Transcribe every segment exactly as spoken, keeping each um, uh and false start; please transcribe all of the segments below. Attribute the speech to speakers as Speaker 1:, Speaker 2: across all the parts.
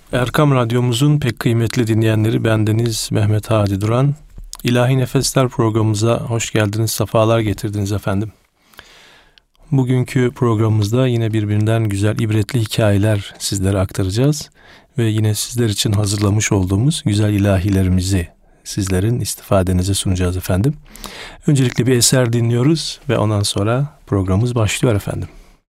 Speaker 1: Erkam Radyomuzun pek kıymetli dinleyenleri, bendeniz Mehmet Hadi Duran. İlahi Nefesler programımıza hoş geldiniz, sefalar getirdiniz efendim. Bugünkü programımızda yine birbirinden güzel, ibretli hikayeler sizlere aktaracağız. Ve yine sizler için hazırlamış olduğumuz güzel ilahilerimizi sizlerin istifadenize sunacağız efendim. Öncelikle bir eser dinliyoruz ve ondan sonra programımız başlıyor efendim.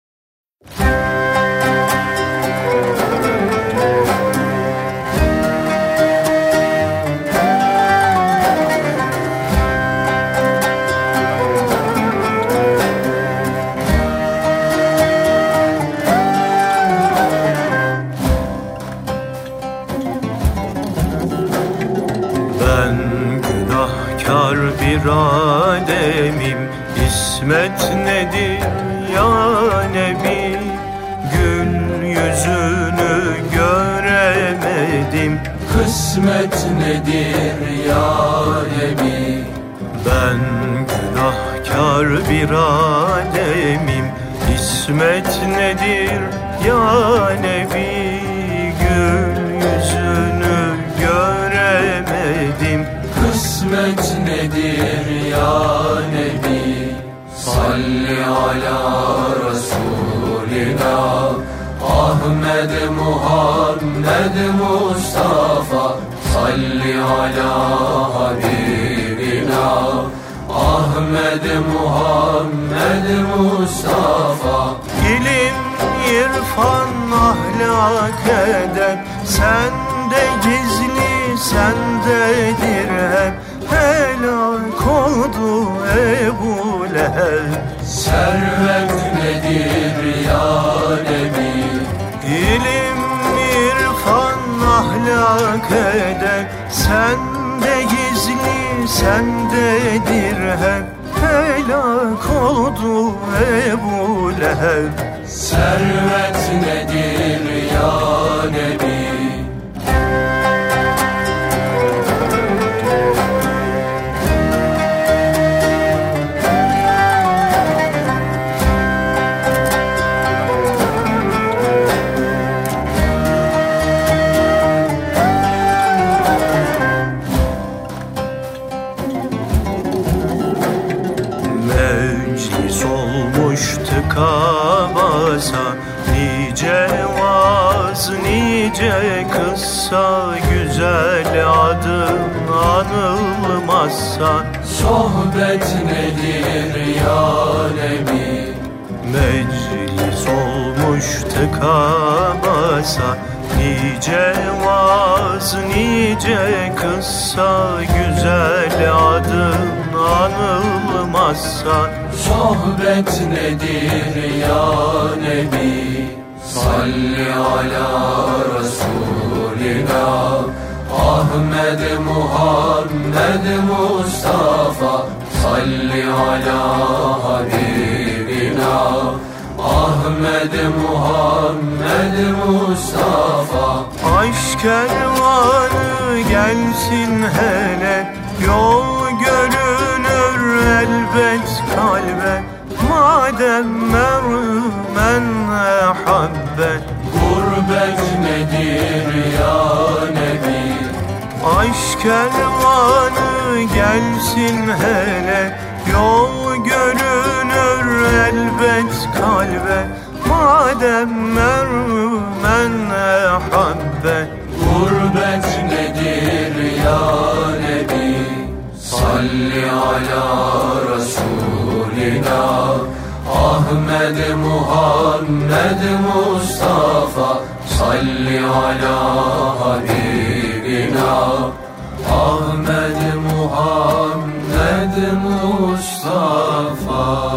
Speaker 2: Bir alemim, İsmet nedir ya Nebi? Gül yüzünü göremedim,
Speaker 3: kısmet nedir ya Nebi?
Speaker 2: Ben günahkar bir alemim, İsmet nedir ya Nebi? Gül yüzünü göremedim,
Speaker 3: kısmet nedir ya Nebi? Salli ala Resulina Ahmed Muhammed Mustafa. Salli ala Habibina Ahmed Muhammed Mustafa.
Speaker 2: İlim, irfan, ahlak, edep sende gizli, sendedir hep. Helak oldu Ebu Leheb.
Speaker 3: Servet nedir ya Nebi?
Speaker 2: İlim, irfan, ahlak, edep sende gizli, sendedir hep. Helak oldu Ebu Leheb.
Speaker 3: Servet nedir ya Nebi?
Speaker 2: Tıka basa nice vaz, nice kıssa, güzel adın anılmazsa.
Speaker 3: Sohbet nedir ya Nebi?
Speaker 2: Meclis olmuş tıka basa nice vaz, nice kıssa, güzel adın anılmazsa.
Speaker 3: Sohbet nedir ya Nebi? Salli ala Resulina Ahmed Muhammed Mustafa. Salli ala Habibina Ahmed Muhammed Mustafa.
Speaker 2: Aşk kervanı gelsin hele, yol görünür elbet kalbe. Madem mermen ehabbet.
Speaker 3: Gurbet nedir ya Nebi?
Speaker 2: Aşk kervanı gelsin hele, yol görünür elbet kalbe. Madem mermen ehabbet.
Speaker 3: Gurbet nedir ya Nebi? Salli ala Resulina Ahmed Muhammed Mustafa. Salli ala Habibina Ahmed Muhammed Mustafa.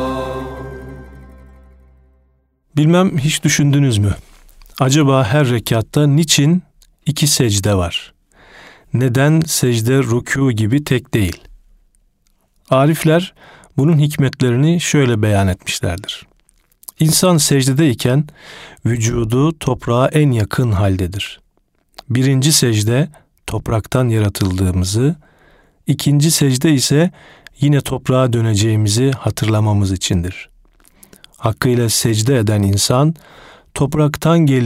Speaker 1: Bilmem hiç düşündünüz mü? Acaba her rekatta niçin iki secde var? Neden secde rükû gibi tek değil? Arifler bunun hikmetlerini şöyle beyan etmişlerdir. İnsan secdedeyken vücudu toprağa en yakın haldedir. Birinci secde topraktan yaratıldığımızı, ikinci secde ise yine toprağa döneceğimizi hatırlamamız içindir. Hakkıyla secde eden insan, topraktan gelip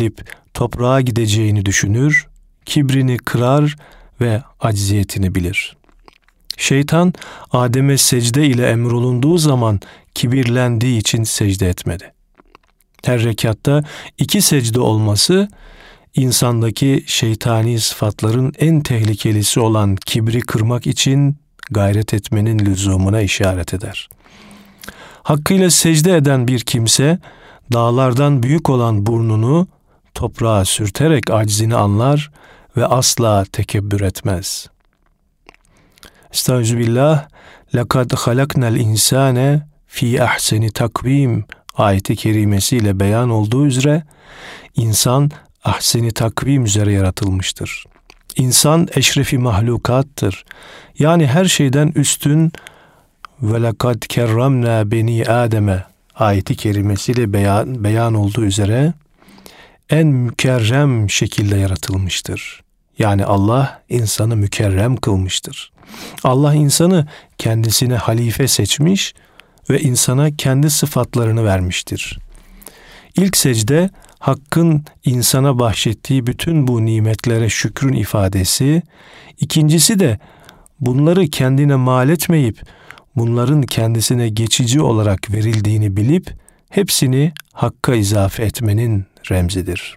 Speaker 1: toprağa gideceğini düşünür, kibrini kırar ve acziyetini bilir. Şeytan, Adem'e secde ile emrolunduğu zaman kibirlendiği için secde etmedi. Her rekatta iki secde olması, insandaki şeytani sıfatların en tehlikelisi olan kibri kırmak için gayret etmenin lüzumuna işaret eder. Hakkıyla secde eden bir kimse, dağlardan büyük olan burnunu toprağa sürterek aczini anlar ve asla tekebbür etmez. Estağfirullah. Lekad halaknal insane fi ahseni takvim ayeti kerimesiyle beyan olduğu üzere insan ahseni takvim üzere yaratılmıştır. İnsan eşrefi mahlukattır. Yani her şeyden üstün ve lekad kerramna beni Adem'e ayeti kerimesiyle beyan, beyan olduğu üzere en mükerrem şekilde yaratılmıştır. Yani Allah insanı mükerrem kılmıştır. Allah insanı kendisine halife seçmiş ve insana kendi sıfatlarını vermiştir. İlk secde, Hakk'ın insana bahşettiği bütün bu nimetlere şükrün ifadesi, ikincisi de bunları kendine mal etmeyip, bunların kendisine geçici olarak verildiğini bilip, hepsini Hakk'a izafe etmenin remzidir.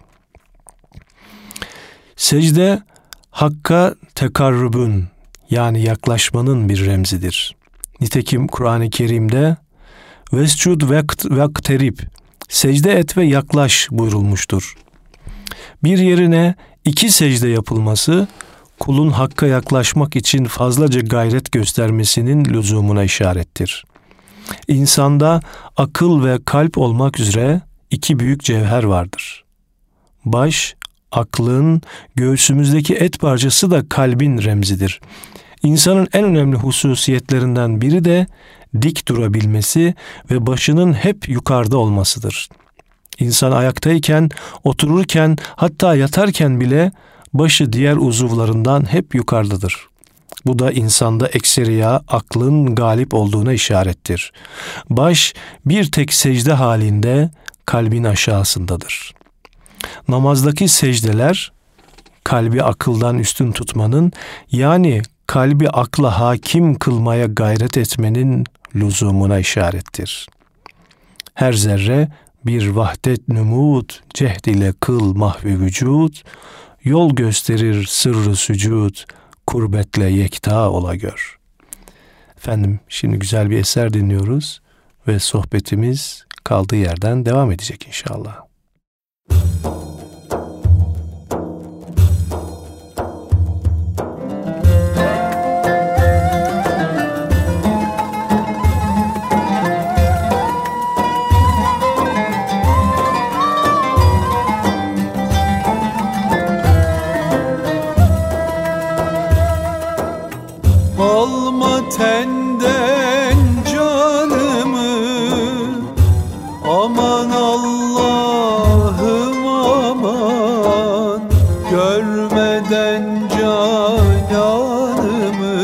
Speaker 1: Secde, Hakk'a tekarrübün, yani yaklaşmanın bir remzidir. Nitekim Kur'an-ı Kerim'de vescud vekterib, secde et ve yaklaş buyurulmuştur. Bir yerine iki secde yapılması, kulun Hakk'a yaklaşmak için fazlaca gayret göstermesinin lüzumuna işarettir. İnsanda akıl ve kalp olmak üzere iki büyük cevher vardır. Baş, aklın, göğsümüzdeki et parçası da kalbin remzidir. İnsanın en önemli hususiyetlerinden biri de dik durabilmesi ve başının hep yukarıda olmasıdır. İnsan ayaktayken, otururken, hatta yatarken bile başı diğer uzuvlarından hep yukarıdadır. Bu da insanda ekseriya, aklın galip olduğuna işarettir. Baş bir tek secde halinde kalbin aşağısındadır. Namazdaki secdeler, kalbi akıldan üstün tutmanın, yani kalbi akla hakim kılmaya gayret etmenin lüzumuna işarettir. Her zerre bir vahdet numut, cehd ile kıl mahvi vücut, yol gösterir sırrı sücud, kurbetle yekta ola gör. Efendim, şimdi güzel bir eser dinliyoruz ve sohbetimiz kaldığı yerden devam edecek inşallah.
Speaker 2: Alma tenden canımı, aman Allah'ım aman, görmeden cananımı,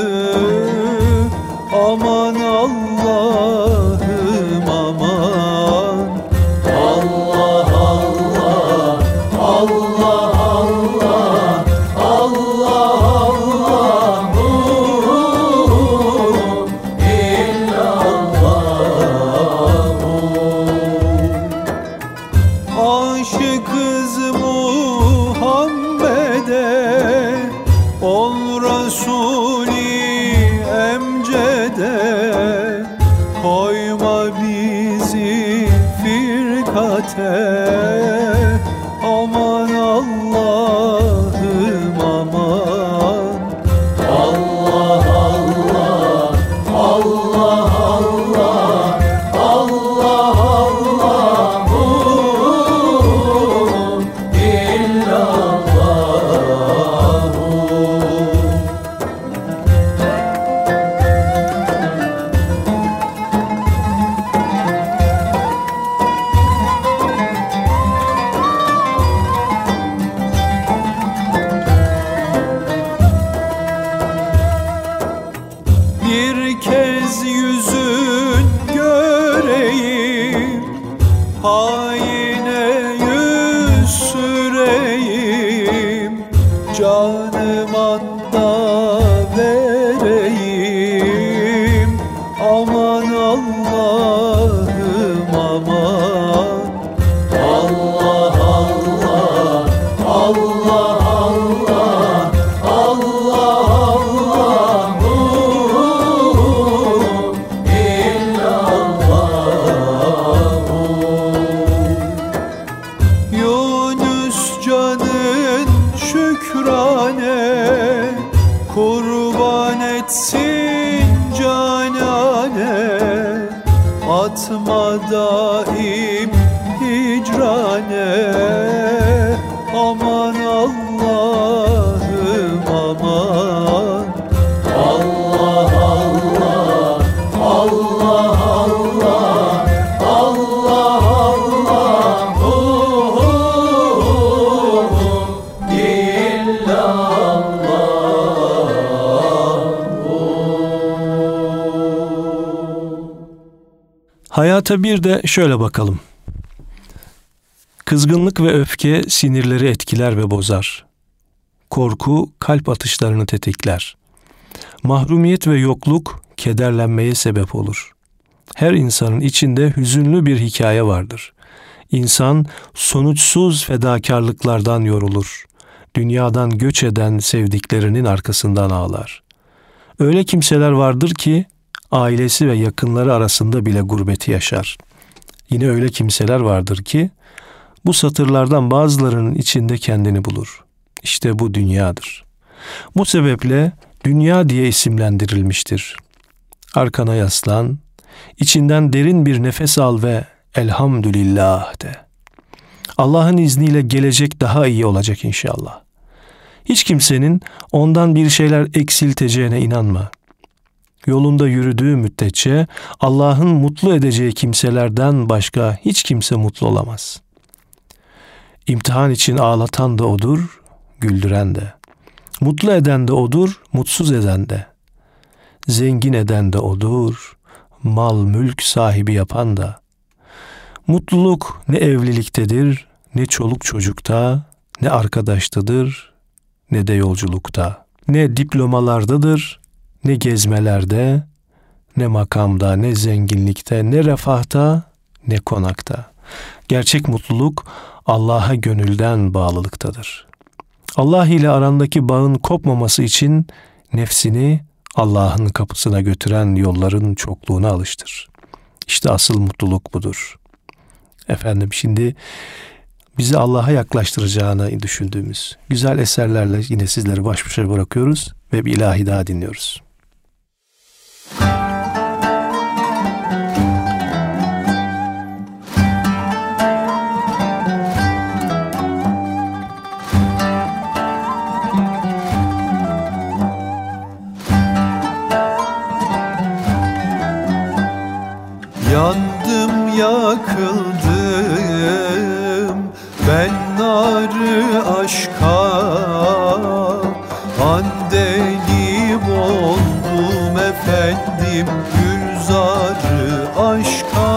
Speaker 2: aman Allah'ım aman. Allah Allah, Allah Allah, Allah Allah. Aşıkız Muhammed'e, ol Resulü emcede, koyma bizi firkate, aman Allah'ım aman. Allah Allah, Allah Allah, Allah Allah, canıma da vereyim. Aman Allah'ım aman. Allah Allah, Allah Allah, Allah Allah, illallah. Yunus canın şükrane, kurban etsin canane. Atma daim hicrane, aman Allah'ım aman. Allah Allah, Allah Allah, Allah Allah,
Speaker 1: Hayata bir de şöyle bakalım. Kızgınlık ve öfke sinirleri etkiler ve bozar. Korku kalp atışlarını tetikler. Mahrumiyet ve yokluk kederlenmeye sebep olur. Her insanın içinde hüzünlü bir hikaye vardır. İnsan sonuçsuz fedakarlıklardan yorulur. Dünyadan göç eden sevdiklerinin arkasından ağlar. Öyle kimseler vardır ki ailesi ve yakınları arasında bile gurbeti yaşar. Yine öyle kimseler vardır ki bu satırlardan bazılarının içinde kendini bulur. İşte bu dünyadır. Bu sebeple dünya diye isimlendirilmiştir. Arkana yaslan, içinden derin bir nefes al ve elhamdülillah de. Allah'ın izniyle gelecek daha iyi olacak inşallah. Hiç kimsenin ondan bir şeyler eksilteceğine inanma. Yolunda yürüdüğü müddetçe Allah'ın mutlu edeceği kimselerden başka hiç kimse mutlu olamaz. İmtihan için ağlatan da odur, güldüren de. Mutlu eden de odur, mutsuz eden de. Zengin eden de odur, mal mülk sahibi yapan da. Mutluluk ne evliliktedir, ne çoluk çocukta, ne arkadaştadır, ne de yolculukta. Ne diplomalardadır, ne gezmelerde, ne makamda, ne zenginlikte, ne refahta, ne konakta. Gerçek mutluluk Allah'a gönülden bağlılıktadır. Allah ile arandaki bağın kopmaması için nefsini Allah'ın kapısına götüren yolların çokluğuna alıştır. İşte asıl mutluluk budur. Efendim şimdi bizi Allah'a yaklaştıracağını düşündüğümüz güzel eserlerle yine sizleri baş başa bırakıyoruz ve bir ilahi daha dinliyoruz.
Speaker 2: Yandım yakıldım ben narı aşka, andelim oldum efendim gülzarı aşka.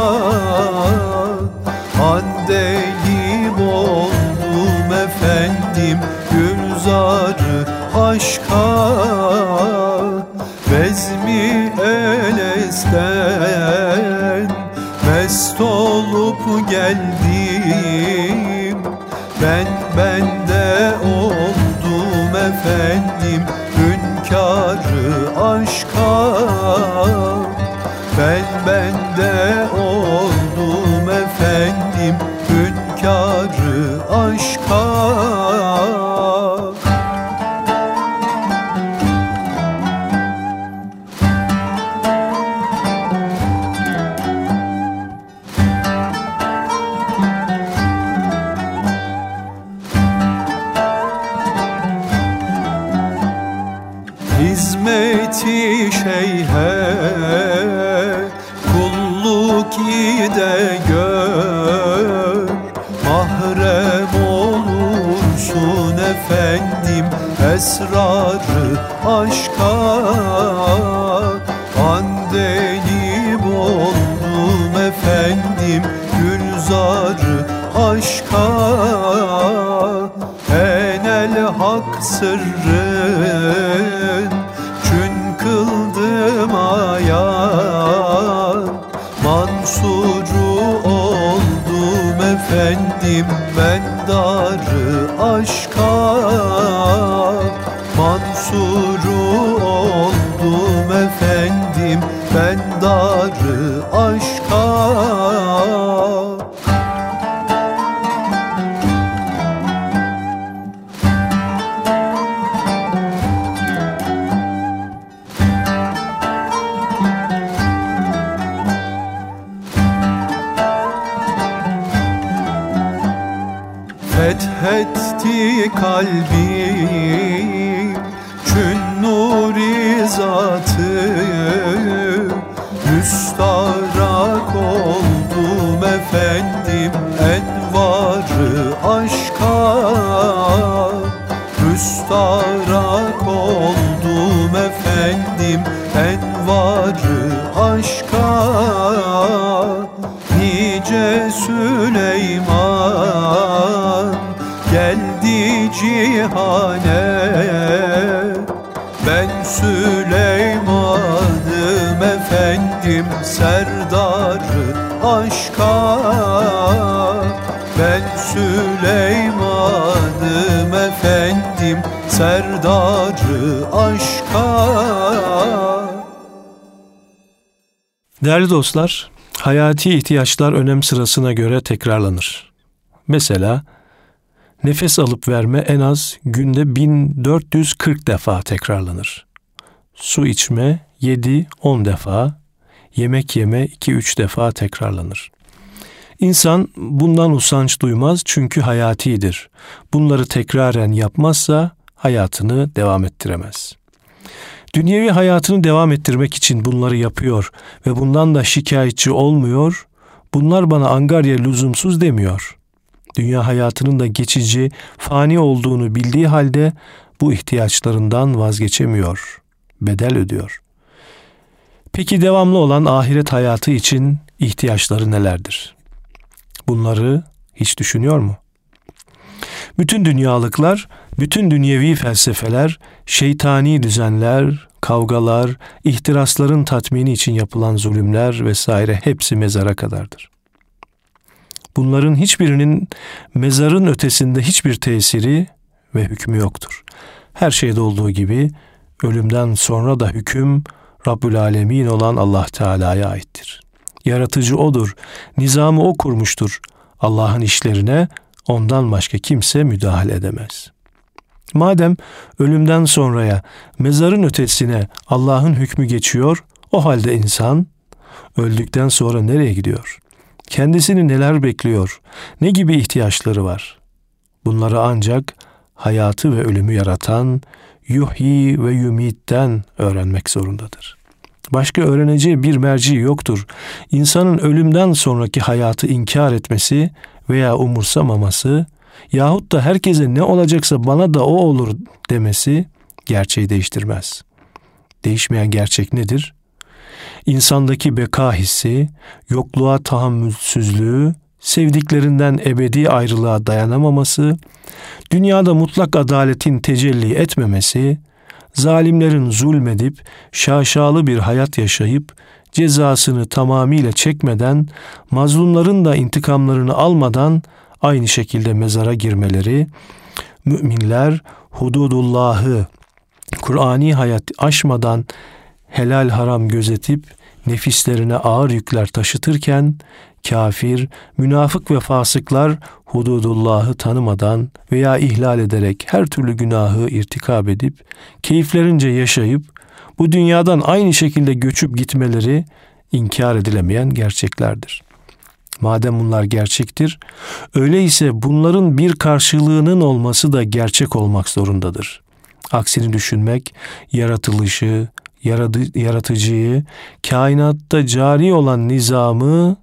Speaker 2: Andelim oldum efendim gülzarı aşka. Bezmi elesten mest olup geldim, ben bende oldum efendim hünkârı aşka. Ben bende oldum efendim hünkârı aşka. Hizmeti şeyhe kulluk ide gör, mahrem olursun efendim esrarı aşka. Andelim oldum efendim gülzarı aşka. Enel el hak sırrın, çün kıldım ayan. Mansuru oldum efendim ben darı aşka. Mansuru oldum efendim ben darı aşka. Fethetti kalbim çün nuri zatı. Müstarak oldum efendim envarı aşka. Müstarak oldum efendim envarı aşka. Nice Süleyman geldi cihane. Ben Süleyman'ım efendim serdarı aşka. Ben Süleyman'ım efendim serdarı aşka.
Speaker 1: Değerli dostlar, hayati ihtiyaçlar önem sırasına göre tekrarlanır. Mesela nefes alıp verme en az günde bin dört yüz kırk defa tekrarlanır. Su içme yedi on defa, yemek yeme iki üç defa tekrarlanır. İnsan bundan usanç duymaz çünkü hayatidir. Bunları tekraren yapmazsa hayatını devam ettiremez. Dünyevi hayatını devam ettirmek için bunları yapıyor ve bundan da şikayetçi olmuyor. Bunlar bana angarya lüzumsuz demiyor. Dünya hayatının da geçici, fani olduğunu bildiği halde bu ihtiyaçlarından vazgeçemiyor, bedel ödüyor. Peki devamlı olan ahiret hayatı için ihtiyaçları nelerdir? Bunları hiç düşünüyor mu? Bütün dünyalıklar, bütün dünyevi felsefeler, şeytani düzenler, kavgalar, ihtirasların tatmini için yapılan zulümler vesaire hepsi mezara kadardır. Bunların hiçbirinin mezarın ötesinde hiçbir tesiri ve hükmü yoktur. Her şeyde olduğu gibi ölümden sonra da hüküm Rabbül Alemin olan Allah Teala'ya aittir. Yaratıcı O'dur, nizamı O kurmuştur. Allah'ın işlerine ondan başka kimse müdahale edemez. Madem ölümden sonraya, mezarın ötesine Allah'ın hükmü geçiyor, o halde insan öldükten sonra nereye gidiyor? Kendisini neler bekliyor? Ne gibi ihtiyaçları var? Bunları ancak hayatı ve ölümü yaratan Yuhyi ve Yumit'ten öğrenmek zorundadır. Başka öğreneceği bir merci yoktur. İnsanın ölümden sonraki hayatı inkar etmesi veya umursamaması yahut da herkese ne olacaksa bana da o olur demesi gerçeği değiştirmez. Değişmeyen gerçek nedir? İnsandaki beka hissi, yokluğa tahammülsüzlüğü, sevdiklerinden ebedi ayrılığa dayanamaması, dünyada mutlak adaletin tecelli etmemesi, zalimlerin zulmedip şaşalı bir hayat yaşayıp cezasını tamamıyla çekmeden, mazlumların da intikamlarını almadan aynı şekilde mezara girmeleri, müminler hududullahı, Kur'ani hayat aşmadan helal haram gözetip nefislerine ağır yükler taşıtırken, kafir, münafık ve fasıklar hududullahı tanımadan veya ihlal ederek her türlü günahı irtikab edip, keyiflerince yaşayıp, bu dünyadan aynı şekilde göçüp gitmeleri inkar edilemeyen gerçeklerdir. Madem bunlar gerçektir, öyleyse bunların bir karşılığının olması da gerçek olmak zorundadır. Aksini düşünmek, yaratılışı, yaradı, yaratıcıyı, kainatta cari olan nizamı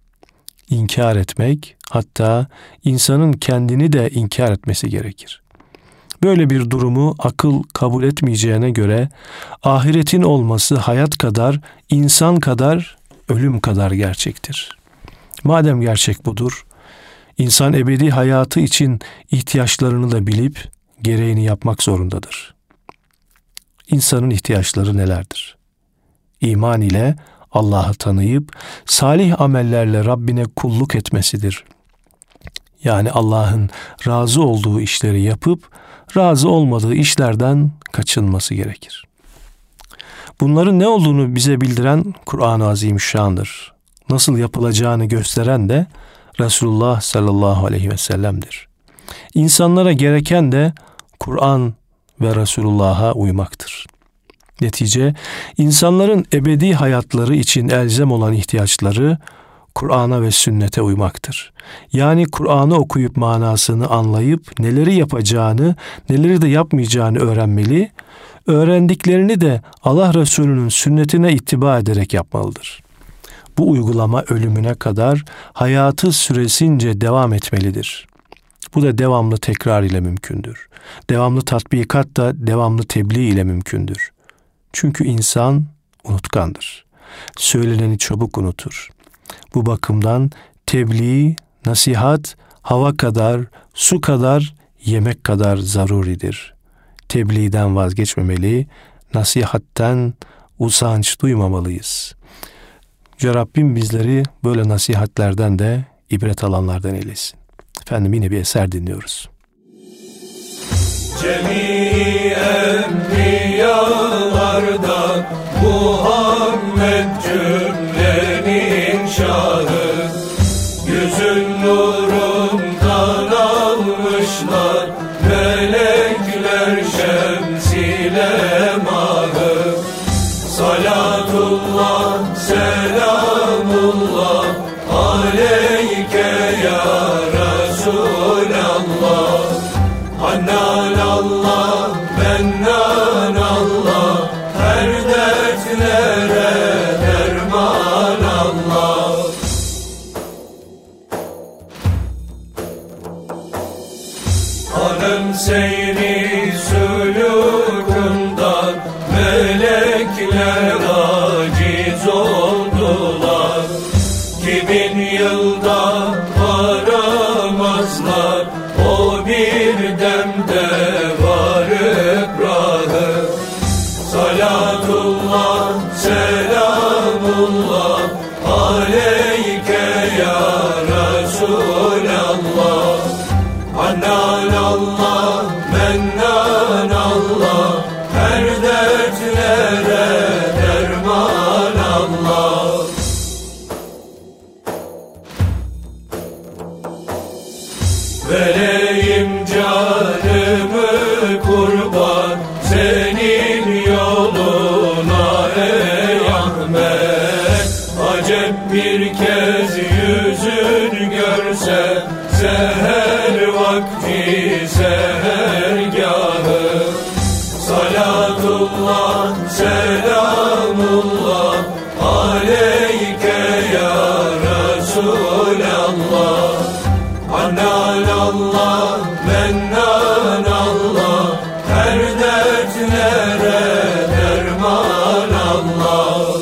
Speaker 1: inkar etmek, hatta insanın kendini de inkar etmesi gerekir. Böyle bir durumu akıl kabul etmeyeceğine göre ahiretin olması hayat kadar, insan kadar, ölüm kadar gerçektir. Madem gerçek budur, insan ebedi hayatı için ihtiyaçlarını da bilip gereğini yapmak zorundadır. İnsanın ihtiyaçları nelerdir? İman ile Allah'ı tanıyıp salih amellerle Rabbine kulluk etmesidir. Yani Allah'ın razı olduğu işleri yapıp razı olmadığı işlerden kaçınması gerekir. Bunların ne olduğunu bize bildiren Kur'an-ı Azimüşşan'dır. Nasıl yapılacağını gösteren de Resulullah sallallahu aleyhi ve sellem'dir. İnsanlara gereken de Kur'an ve Resulullah'a uymaktır. Netice, insanların ebedi hayatları için elzem olan ihtiyaçları Kur'an'a ve sünnete uymaktır. Yani Kur'an'ı okuyup manasını anlayıp neleri yapacağını, neleri de yapmayacağını öğrenmeli, öğrendiklerini de Allah Resulü'nün sünnetine ittiba ederek yapmalıdır. Bu uygulama ölümüne kadar hayatı süresince devam etmelidir. Bu da devamlı tekrar ile mümkündür. Devamlı tatbikat da devamlı tebliğ ile mümkündür. Çünkü insan unutkandır. Söyleneni çabuk unutur. Bu bakımdan tebliğ, nasihat, hava kadar, su kadar, yemek kadar zaruridir. Tebliğden vazgeçmemeli, nasihatten usanç duymamalıyız. Yüce Rabbim bizleri böyle nasihatlerden de ibret alanlardan eylesin. Efendim yine bir eser dinliyoruz.
Speaker 3: Cemi enbiyalardan Muhammed cümlenin şahı, yüzün nurundan almışlar melekler şemsiyle mahı. Salatullah, selamullah aleyke ya Resulallah. Hannan Allah, mennan Allah, her dertlere derman Allah. Hanım seyri sülûkundan melekler aciz oldular. Ki bin yılda varamazlar o bir demde varıp rahı. Salatullah, selamullah aleyke ya Resulallah. Hannan Allah, mennan Allah, her dertlere derman Allah. Vereyim canımı kurban senin yoluna ey Ahmet. Acep bir kez yüzün görse seher vakti sehergahı. Salatullah, selamullah aleyke ya Resulallah. Hannan Allah, mennan Allah, her dertlere derman Allah.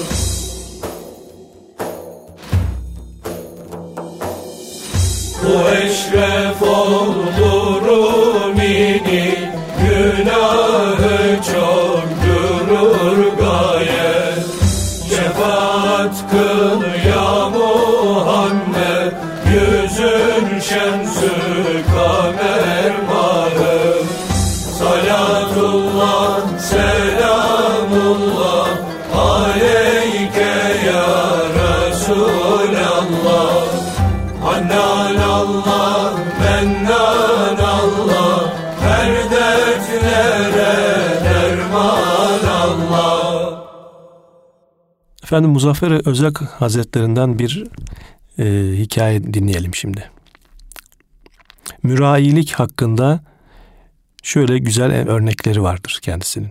Speaker 3: Bu eşref oldu Rumini, günahı çok durur gayet. Şefaat kıl ya Muhammed, yüzün şemsü kamer mahı. Salatullah, selamullah aleyke ya Resulallah. Hannan Allah, mennan Allah, her dertlere derman Allah.
Speaker 1: Efendim Muzaffer Özak Hazretlerinden bir e, hikaye dinleyelim şimdi. Mürailik hakkında şöyle güzel örnekleri vardır kendisinin.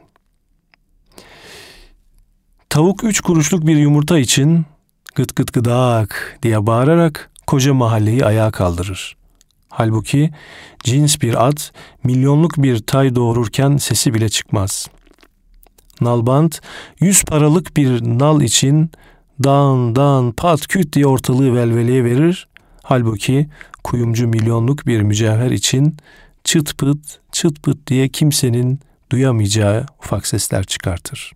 Speaker 1: Tavuk üç kuruşluk bir yumurta için gıt gıt gıdak diye bağırarak koca mahalleyi ayağa kaldırır. Halbuki cins bir at milyonluk bir tay doğururken sesi bile çıkmaz. Nalbant yüz paralık bir nal için dağın dağın pat küt diye ortalığı velveleye verir. Halbuki kuyumcu milyonluk bir mücevher için çıt pıt çıt pıt diye kimsenin duyamayacağı ufak sesler çıkartır.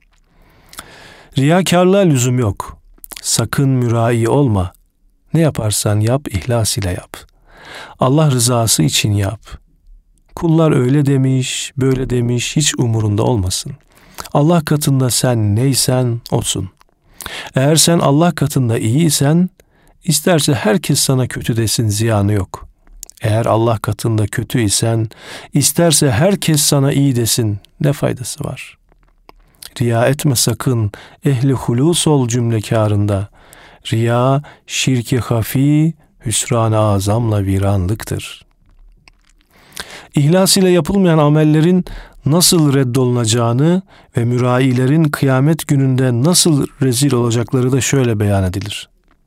Speaker 1: Riyakarlığa lüzum yok. Sakın mürai olma. Ne yaparsan yap, ihlas ile yap. Allah rızası için yap. Kullar öyle demiş, böyle demiş, hiç umurunda olmasın. Allah katında sen neysen olsun. Eğer sen Allah katında iyiysen, isterse herkes sana kötü desin, ziyanı yok. Eğer Allah katında kötü isen, isterse herkes sana iyi desin, ne faydası var? Riya etme sakın, ehli hulus ol cümlekârında. Riya, şirki hafi, hüsran-ı azamla viranlıktır. İhlas ile yapılmayan amellerin nasıl reddolunacağını ve mürailerin kıyamet gününde nasıl rezil olacakları da şöyle beyan edilir.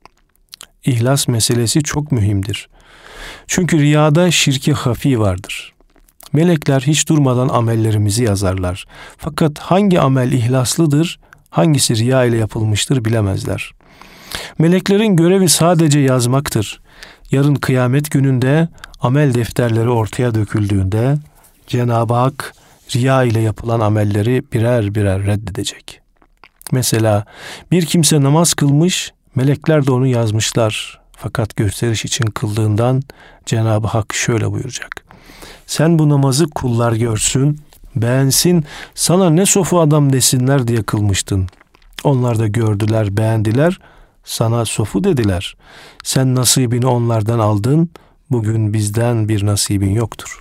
Speaker 1: İhlas meselesi çok mühimdir. Çünkü riyada şirki hafi vardır. Melekler hiç durmadan amellerimizi yazarlar. Fakat hangi amel ihlaslıdır, hangisi riya ile yapılmıştır bilemezler. Meleklerin görevi sadece yazmaktır. Yarın kıyamet gününde amel defterleri ortaya döküldüğünde Cenab-ı Hak riya ile yapılan amelleri birer birer reddedecek. Mesela bir kimse namaz kılmış, melekler de onu yazmışlar. Fakat gösteriş için kıldığından Cenab-ı Hak şöyle buyuracak. Sen bu namazı kullar görsün, beğensin, sana ne sofu adam desinler diye kılmıştın. Onlar da gördüler, beğendiler, sana sofu dediler. Sen nasibini onlardan aldın, bugün bizden bir nasibin yoktur.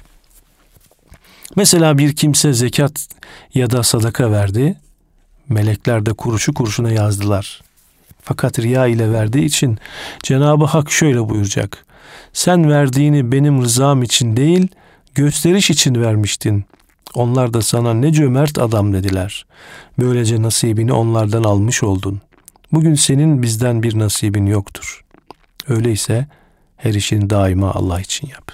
Speaker 1: Mesela bir kimse zekat ya da sadaka verdi, melekler de kuruşu kuruşuna yazdılar. Fakat riya ile verdiği için Cenab-ı Hak şöyle buyuracak. Sen verdiğini benim rızam için değil, gösteriş için vermiştin. Onlar da sana ne cömert adam dediler. Böylece nasibini onlardan almış oldun. Bugün senin bizden bir nasibin yoktur. Öyleyse her işini daima Allah için yap.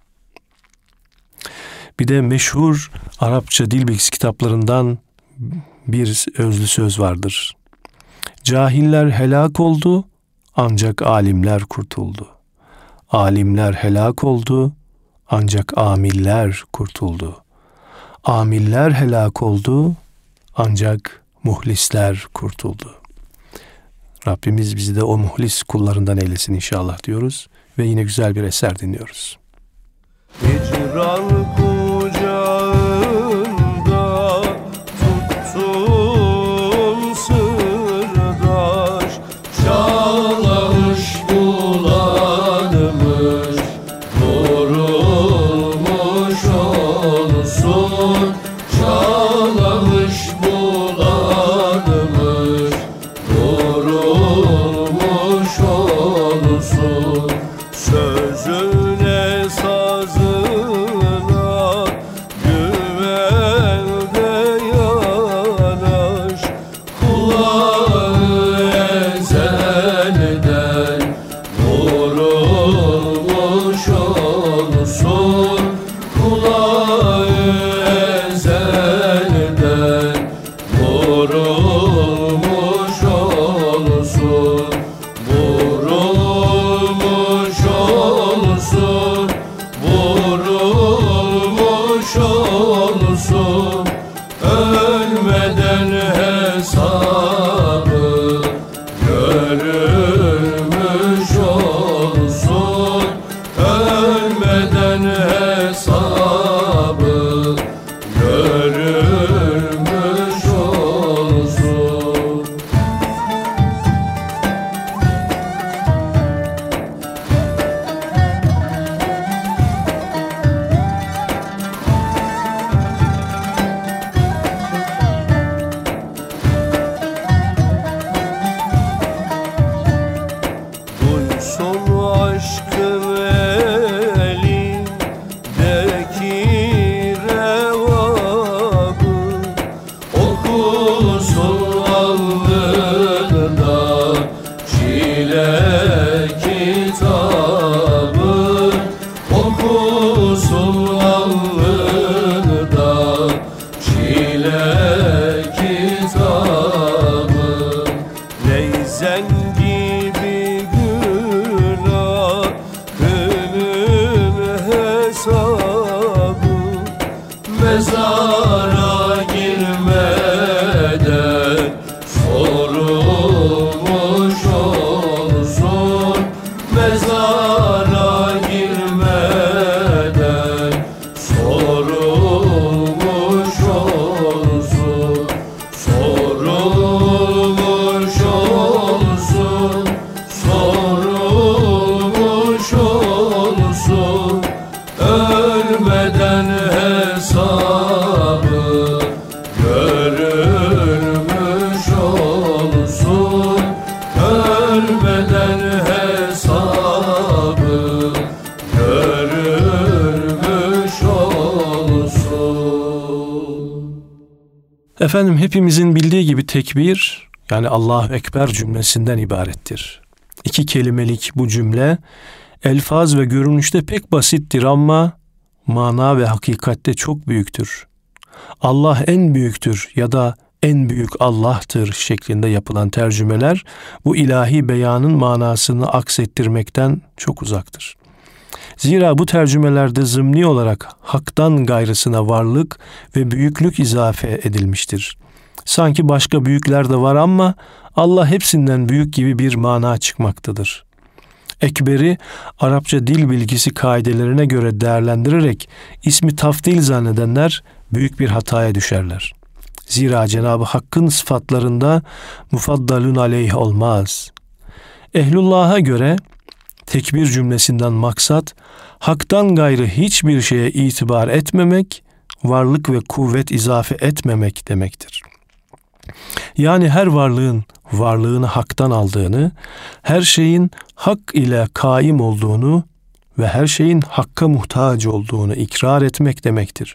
Speaker 1: Bir de meşhur Arapça dil bilgisi kitaplarından bir özlü söz vardır. Cahiller helak oldu, ancak alimler kurtuldu. Alimler helak oldu, ancak amiller kurtuldu. Amiller helak oldu, ancak muhlisler kurtuldu. Rabbimiz bizi de o muhlis kullarından eylesin inşallah diyoruz ve yine güzel bir eser dinliyoruz.
Speaker 2: Hicran kucağında tuttum sırdaş, çağlamış bulanmış, vurulmuş olsun, çağlamış bulanmış, vurulmuş olsun, sözüne sazına güvende yanaş, kulağı ezelden vurulmuş olsun, kulağı ezelden vurulmuş olsun, vurulmuş olsun, vurulmuş olsun, ölmeden hesabı görülmüş olsun, ölmeden hesabı görülmüş olsun. Mezara girmeden sorulmuş olsun. Mezara girmeden sorulmuş olsun. Sorulmuş olsun. Sorulmuş olsun. Ölmeden hesabı görülmüş olsun. Ölmeden hesabı görülmüş olsun.
Speaker 1: Efendim, hepimizin bildiği gibi tekbir, yani Allahu Ekber cümlesinden ibarettir. İki kelimelik bu cümle elfaz ve görünüşte pek basittir ama mana ve hakikatte çok büyüktür. Allah en büyüktür ya da en büyük Allah'tır şeklinde yapılan tercümeler bu ilahi beyanın manasını aksettirmekten çok uzaktır. Zira bu tercümelerde zımni olarak haktan gayrısına varlık ve büyüklük izafe edilmiştir. Sanki başka büyükler de var ama Allah hepsinden büyük gibi bir mana çıkmaktadır. Ekber'i Arapça dil bilgisi kaidelerine göre değerlendirerek ismi tafdil zannedenler büyük bir hataya düşerler. Zira Cenab-ı Hakk'ın sıfatlarında mufaddalun aleyh olmaz. Ehlullah'a göre tekbir cümlesinden maksat haktan gayrı hiçbir şeye itibar etmemek, varlık ve kuvvet izafe etmemek demektir. Yani her varlığın varlığını haktan aldığını, her şeyin hak ile kaim olduğunu ve her şeyin hakka muhtaç olduğunu ikrar etmek demektir.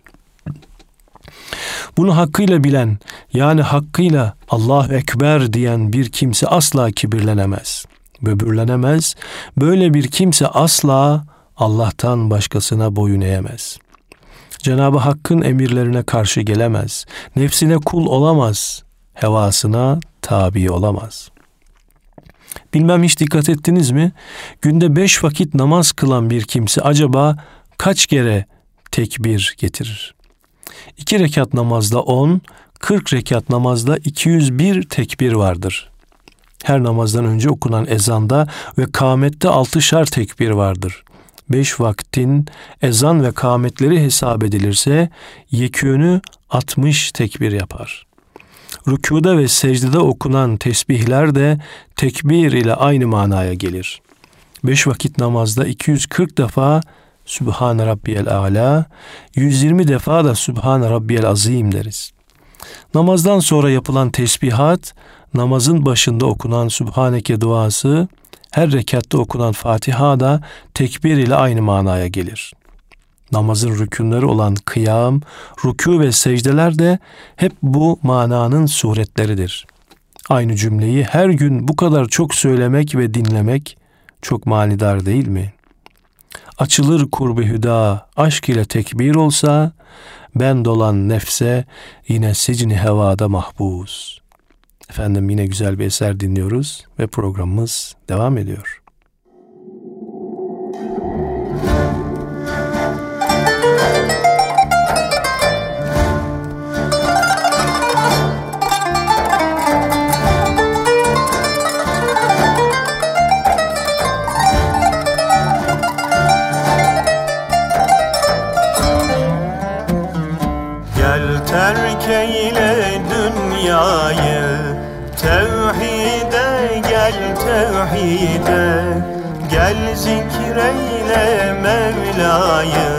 Speaker 1: Bunu hakkıyla bilen, yani hakkıyla Allahu Ekber diyen bir kimse asla kibirlenemez, böbürlenemez. Böyle bir kimse asla Allah'tan başkasına boyun eğemez. Cenab-ı Hakk'ın emirlerine karşı gelemez, nefsine kul olamaz, hevasına tabi olamaz. Bilmem hiç dikkat ettiniz mi? Günde beş vakit namaz kılan bir kimse acaba kaç kere tekbir getirir? İki rekat namazda on, kırk rekat namazda iki yüz bir tekbir vardır. Her namazdan önce okunan ezanda ve kâmette altışar tekbir vardır. Beş vaktin ezan ve kâmetleri hesap edilirse yekûnü altmış tekbir yapar. Rükûda ve secdede okunan tesbihler de tekbir ile aynı manaya gelir. Beş vakit namazda iki yüz kırk defa Sübhane Rabbiyel Âlâ, yüz yirmi defa da Sübhane Rabbiyel Azîm deriz. Namazdan sonra yapılan tesbihat, namazın başında okunan Sübhaneke duası, her rekatta okunan Fatiha da tekbir ile aynı manaya gelir. Namazın rükünleri olan kıyam, rükû ve secdeler de hep bu mananın suretleridir. Aynı cümleyi her gün bu kadar çok söylemek ve dinlemek çok manidar değil mi? Açılır kurb-i hüda, aşk ile tekbir olsa, ben dolan nefse yine sicni hevada mahpus. Efendim, yine güzel bir eser dinliyoruz ve programımız devam ediyor.
Speaker 3: Terk eyle dünyayı, tevhide gel tevhide, gel zikreyle Mevla'yı.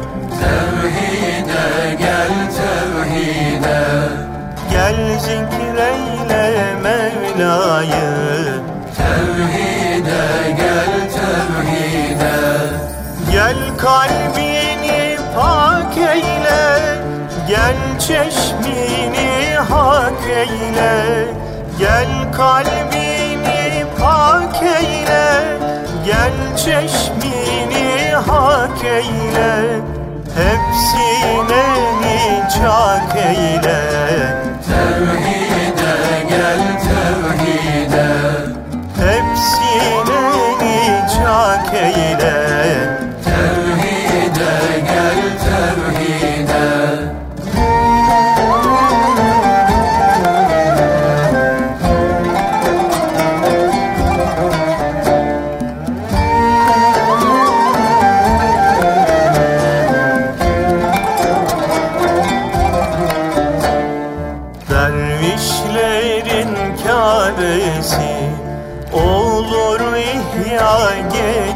Speaker 2: Tevhide gel tevhide,
Speaker 3: gel zikreyle Mevla'yı.
Speaker 2: Tevhide gel tevhide,
Speaker 3: gel kalbini pak eyle, gel çeşmini hak eyle, gel kalbini pak eyle, gel çeşmini hak eyle, hepsine nicak eyle.
Speaker 2: Tevhide gel tevhide,
Speaker 3: hepsine nicak eyle.
Speaker 2: Tevhide gel tevhide,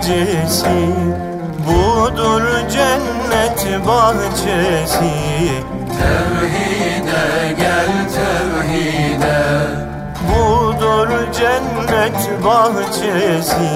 Speaker 3: gecesi, budur cennet bahçesi.
Speaker 2: Tevhide gel tevhide,
Speaker 3: budur cennet bahçesi.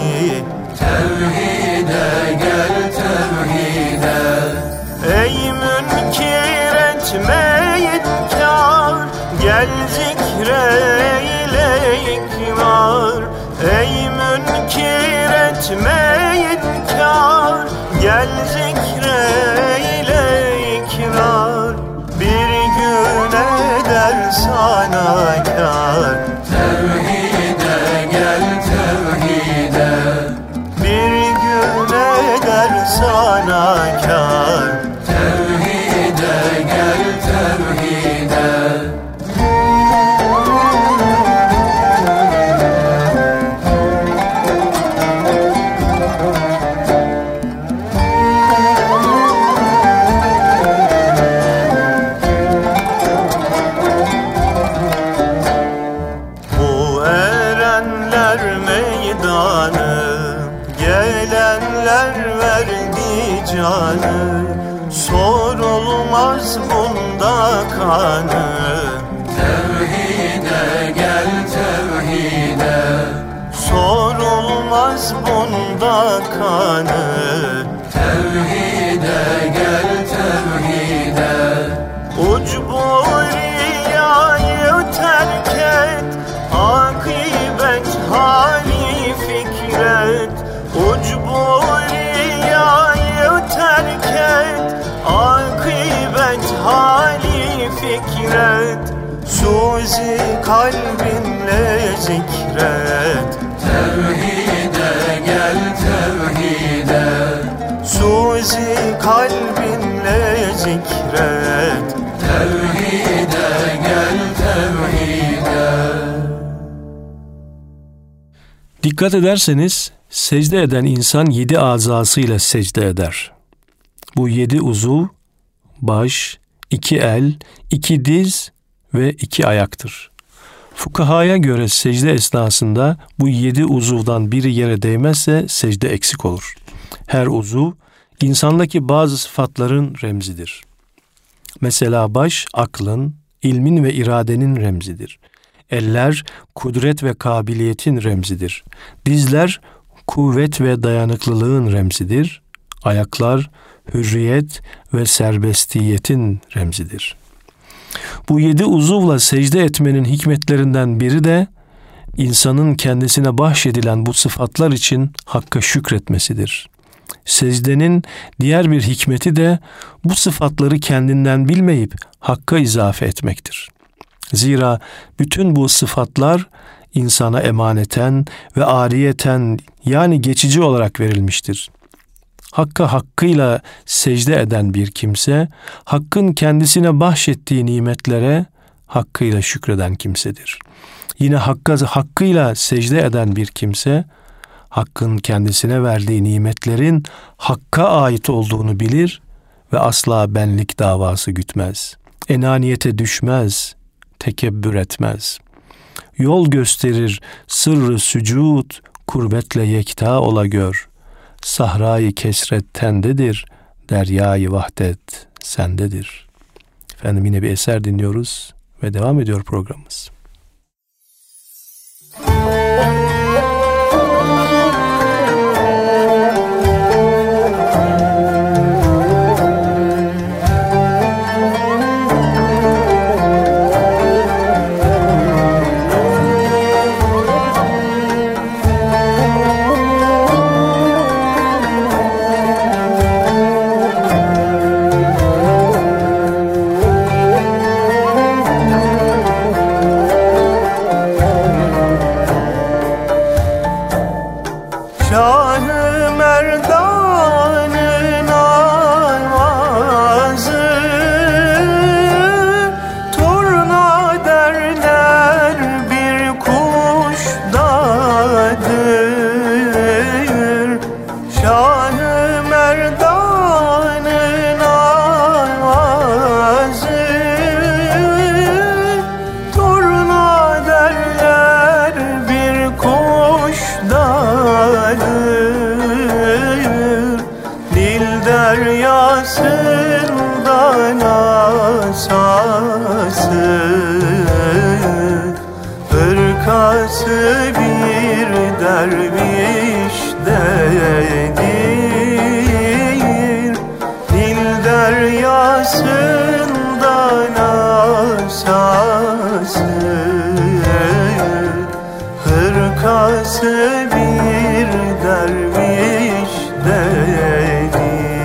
Speaker 2: Tevhide gel tevhide.
Speaker 3: Ey münkir etmeyin kâr, gel zikreyle ikrar. Ey münkir etmeyin kâr, gel zikreyle ikrar. Bir gün eder sana kâr.
Speaker 2: Tevhide gel tevhide,
Speaker 3: Bir gün eder sana kâr.
Speaker 2: Tevhide gel tevhide.
Speaker 3: Bu erenler meydanı, gelenler verdi canı. Sorulmaz bunda kanı.
Speaker 2: Tevhide gel tevhide,
Speaker 3: Sorulmaz bunda kanı.
Speaker 2: Tevhide gel tevhide.
Speaker 3: Ucbu riyayı terk et, akibet hali fikret. Ucbu riyayı terk et, akibet hali fikret. Suzi kalbinle zikret.
Speaker 2: Tevhide gel tevhide,
Speaker 3: Suzi kalbinle zikret.
Speaker 2: Tevhide gel tevhide.
Speaker 1: Dikkat ederseniz secde eden insan yedi azasıyla secde eder. Bu yedi uzuv, baş, iki el, iki diz ve iki ayaktır. Fukahaya göre secde esnasında bu yedi uzuvdan biri yere değmezse secde eksik olur. Her uzuv insandaki bazı sıfatların remzidir. Mesela baş, aklın, ilmin ve iradenin remzidir. Eller, kudret ve kabiliyetin remzidir. Dizler, kuvvet ve dayanıklılığın remzidir. Ayaklar, hürriyet ve serbestiyetin remzidir. Bu yedi uzuvla secde etmenin hikmetlerinden biri de insanın kendisine bahşedilen bu sıfatlar için Hakk'a şükretmesidir. Secdenin diğer bir hikmeti de bu sıfatları kendinden bilmeyip Hakk'a izafe etmektir. Zira bütün bu sıfatlar insana emaneten ve ariyeten, yani geçici olarak verilmiştir. Hakk'a hakkıyla secde eden bir kimse, Hakk'ın kendisine bahşettiği nimetlere hakkıyla şükreden kimsedir. Yine Hakk'a hakkıyla secde eden bir kimse, Hakk'ın kendisine verdiği nimetlerin Hakk'a ait olduğunu bilir ve asla benlik davası gütmez. Enaniyete düşmez, tekebbür etmez. Yol gösterir sırrı sücud, kurbetle yekta ola gör. Sahrayı kesret tendedir, deryayı vahdet sendedir. Efendim yine bir eser dinliyoruz ve devam ediyor programımız.
Speaker 3: asası, hırkası bir derviş dedir. Dil deryasından asası, hırkası bir derviş dedir.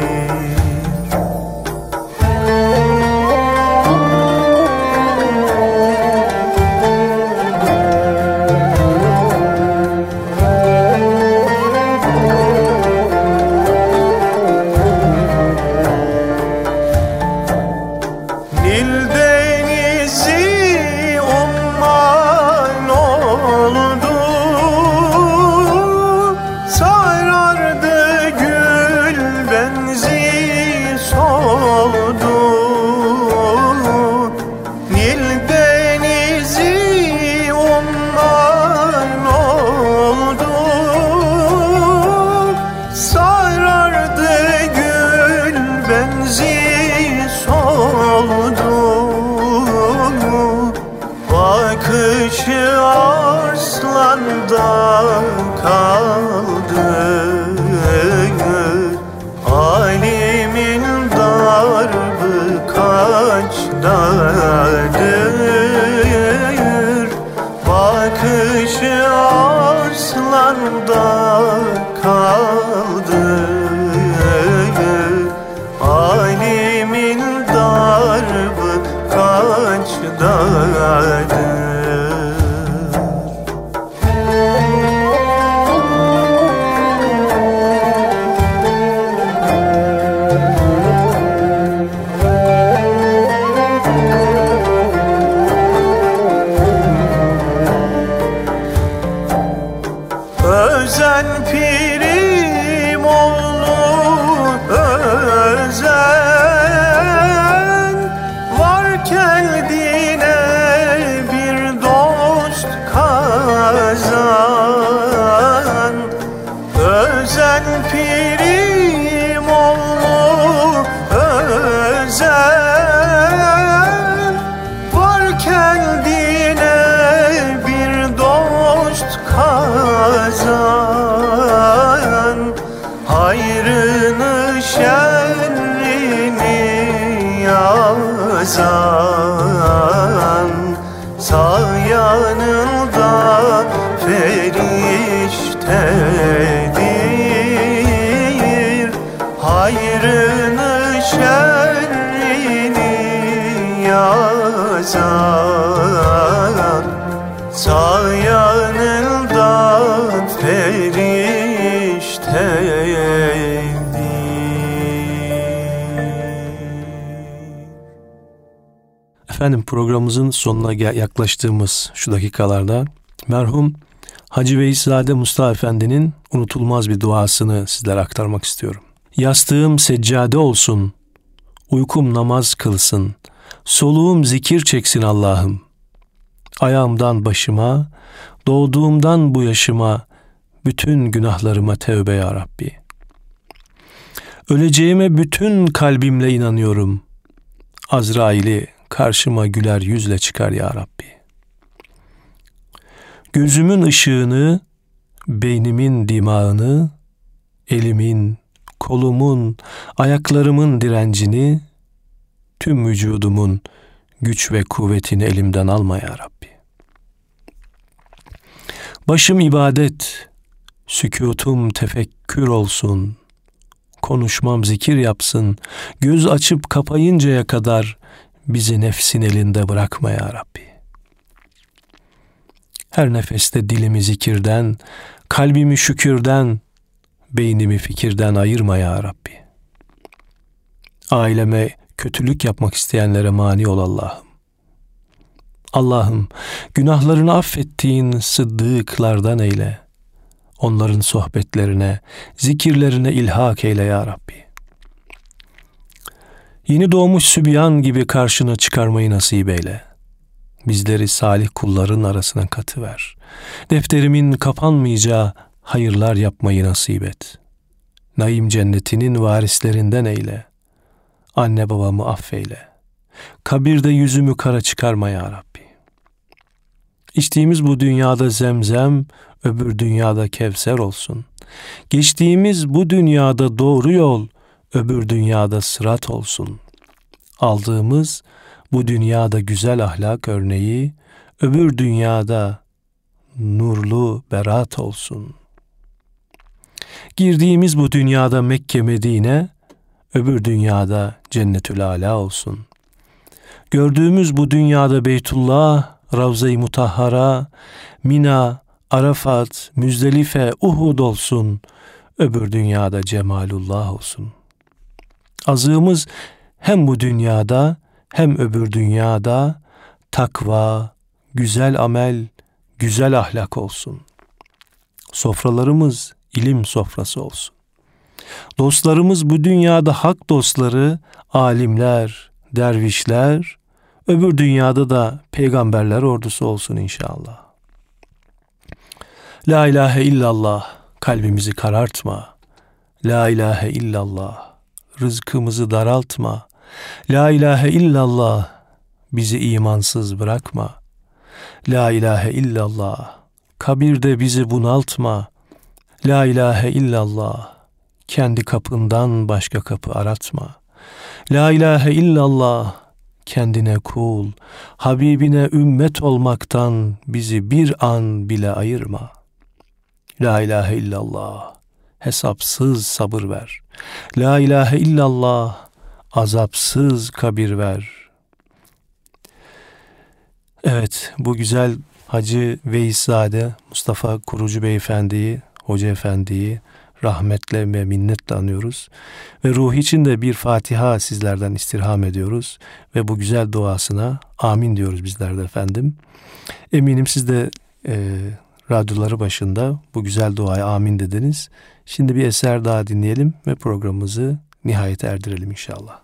Speaker 1: Efendim, programımızın sonuna yaklaştığımız şu dakikalarda merhum Hacı Veyszade Mustafa Efendi'nin unutulmaz bir duasını sizlere aktarmak istiyorum. Yastığım seccade olsun, uykum namaz kılsın, soluğum zikir çeksin Allah'ım. Ayağımdan başıma, doğduğumdan bu yaşıma, bütün günahlarıma tevbe ya Rabbi. Öleceğime bütün kalbimle inanıyorum. Azrail'i karşıma güler yüzle çıkar ya Rabbi. Gözümün ışığını, beynimin dimağını, elimin, kolumun, ayaklarımın direncini, tüm vücudumun güç ve kuvvetini elimden alma ya Rabbi. Başım ibadet, sükutum tefekkür olsun, konuşmam zikir yapsın, göz açıp kapayıncaya kadar bizi nefsin elinde bırakma ya Rabbi. Her nefeste dilimi zikirden, kalbimi şükürden, beynimi fikirden ayırma ya Rabbi. Aileme kötülük yapmak isteyenlere mani ol Allah'ım. Allah'ım, günahlarını affettiğin sıddıklardan eyle. Onların sohbetlerine, zikirlerine ilhak eyle ya Rabbi. Yeni doğmuş sübyan gibi karşına çıkarmayı nasip eyle. Bizleri salih kulların arasına katıver. Defterimin kapanmayacağı hayırlar yapmayı nasip et. Naim cennetinin varislerinden eyle. Anne babamı affeyle. kabirde yüzümü kara çıkarma ya Rabbi. İçtiğimiz bu dünyada zemzem, öbür dünyada kevser olsun. Geçtiğimiz bu dünyada doğru yol, öbür dünyada sırat olsun. Aldığımız bu dünyada güzel ahlak örneği, öbür dünyada nurlu berat olsun. Girdiğimiz bu dünyada Mekke Medine, öbür dünyada Cennetül Âlâ olsun. Gördüğümüz bu dünyada Beytullah, Ravza-i Mutahhara, Mina, Arafat, Müzdelife, Uhud olsun. Öbür dünyada Cemalullah olsun. Azığımız hem bu dünyada hem öbür dünyada takva, güzel amel, güzel ahlak olsun. Sofralarımız ilim sofrası olsun. Dostlarımız bu dünyada hak dostları, alimler, dervişler, öbür dünyada da peygamberler ordusu olsun inşallah. La ilahe illallah, kalbimizi karartma. La ilahe illallah, rızkımızı daraltma. La ilahe illallah, bizi imansız bırakma. La ilahe illallah, kabirde bizi bunaltma. La ilahe illallah, kendi kapından başka kapı aratma. La ilahe illallah, kendine kul, Habibine ümmet olmaktan bizi bir an bile ayırma. La ilahe illallah, hesapsız sabır ver. La ilahe illallah, azapsız kabir ver. Evet, bu güzel Hacı Veyszade Mustafa Kurucu Beyefendi'yi, Hoca Efendi'yi rahmetle ve minnetle anıyoruz. Ve ruh için de bir Fatiha sizlerden istirham ediyoruz. Ve bu güzel duasına amin diyoruz bizler de efendim. Eminim siz de e, radyoları başında bu güzel duaya amin dediniz. Şimdi bir eser daha dinleyelim ve programımızı nihayete erdirelim inşallah.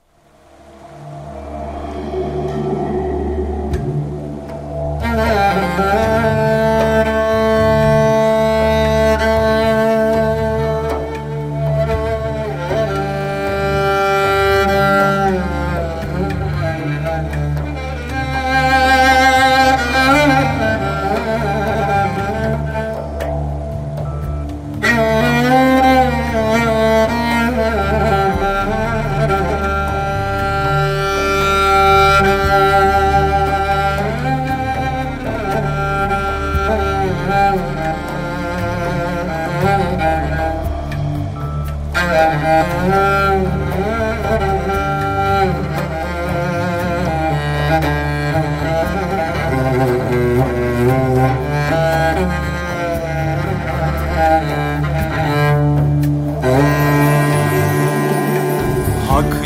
Speaker 3: Hak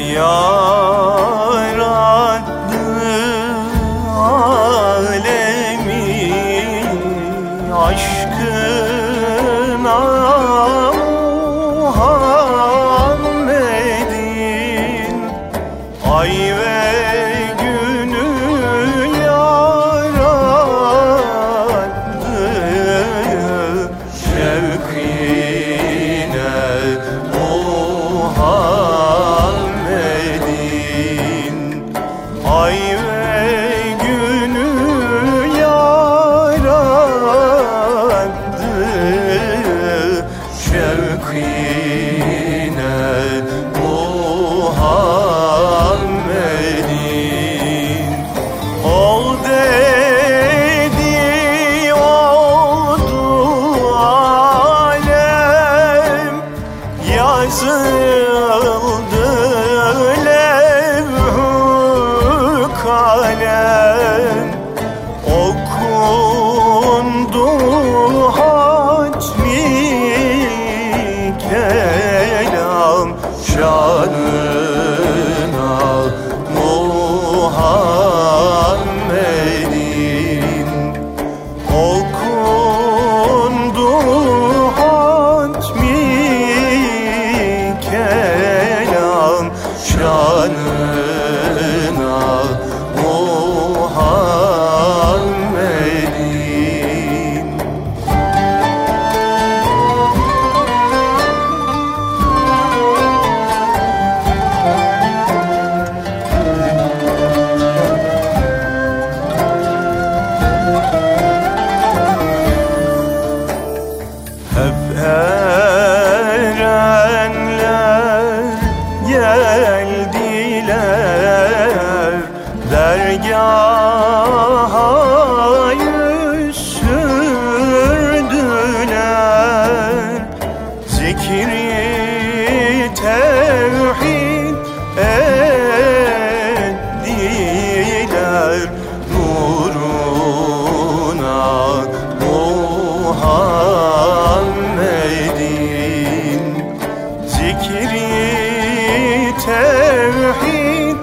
Speaker 3: yarattı alemi aşkına Muhammed'in ay ve günü yarattı şevkine Muhammed'in ay ve günü yarattı şevkine Muhammed'in ol dedi oldu alem yazıldı levh-ü kalem okundu hatmi kelam şanına Muhammed'in okundu hatmi kelam şanına Muhammed'in Mevla'yı sürdüler, zikri tevhid ettiler, nuruna Muhammed'in. Zikri tevhid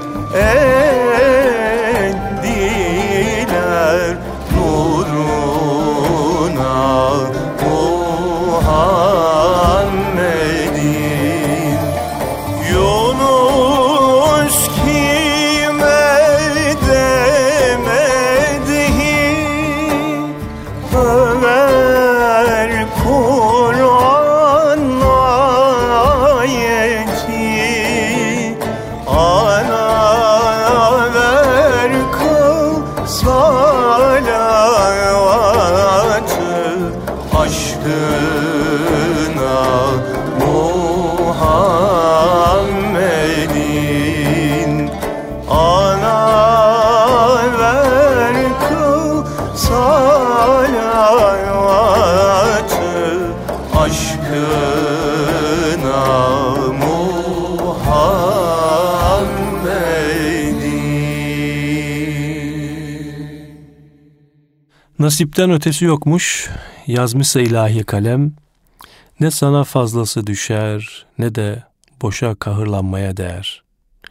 Speaker 3: ettiler, nuruna Muhammed'in. Yunus kime demedi, över Kur'an ayeti, ana ver kıl salavatı, aşkına Muhammed'in. Ana ver kıl salavatı, aşkına Muhammed'in.
Speaker 1: Nasipten ötesi yokmuş, yazmışsa ilahi kalem. Ne sana fazlası düşer, ne de boşa kahırlanmaya değer.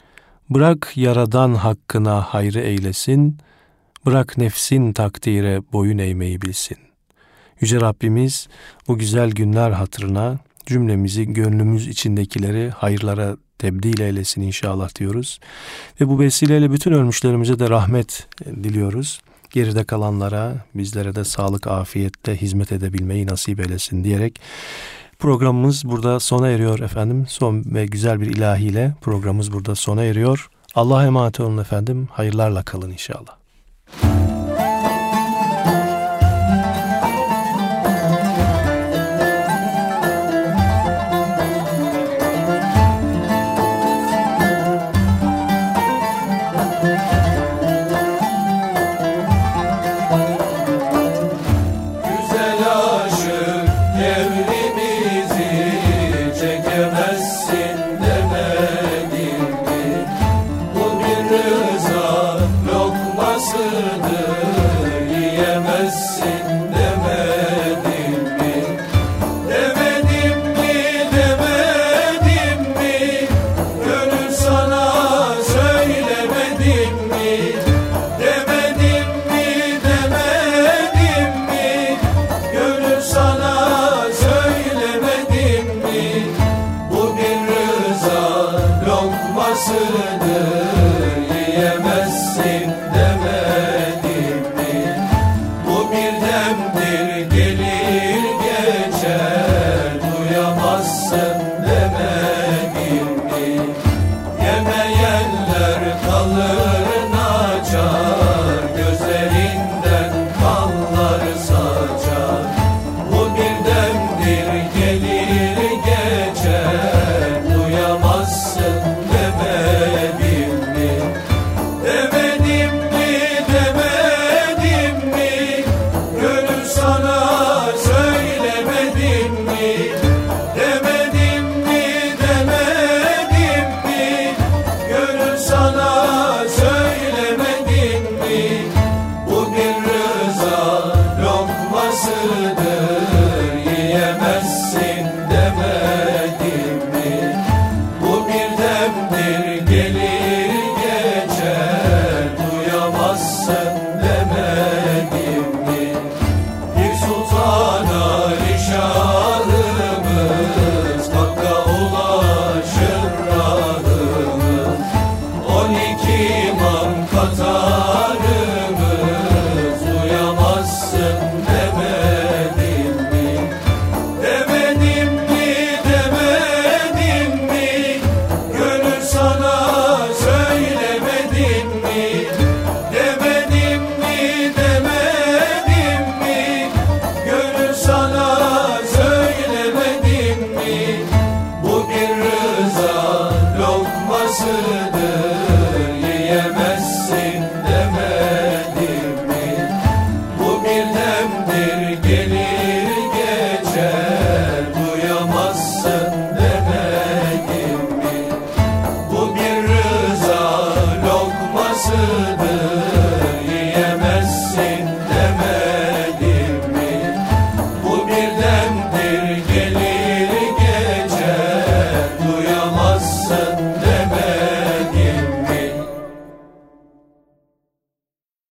Speaker 1: Bırak yaradan hakkına hayrı eylesin, bırak nefsin takdire boyun eğmeyi bilsin. Yüce Rabbimiz bu güzel günler hatırına cümlemizi, gönlümüz içindekileri hayırlara tebdil eylesin inşallah diyoruz. Ve bu vesileyle bütün ölmüşlerimize de rahmet diliyoruz. Geride kalanlara, bizlere de sağlık, afiyetle hizmet edebilmeyi nasip eylesin diyerek programımız burada sona eriyor efendim. Son ve güzel bir ilahiyle programımız burada sona eriyor. Allah'a emanet olun efendim. Hayırlarla kalın inşallah.
Speaker 2: Gelir geçer duyamazsın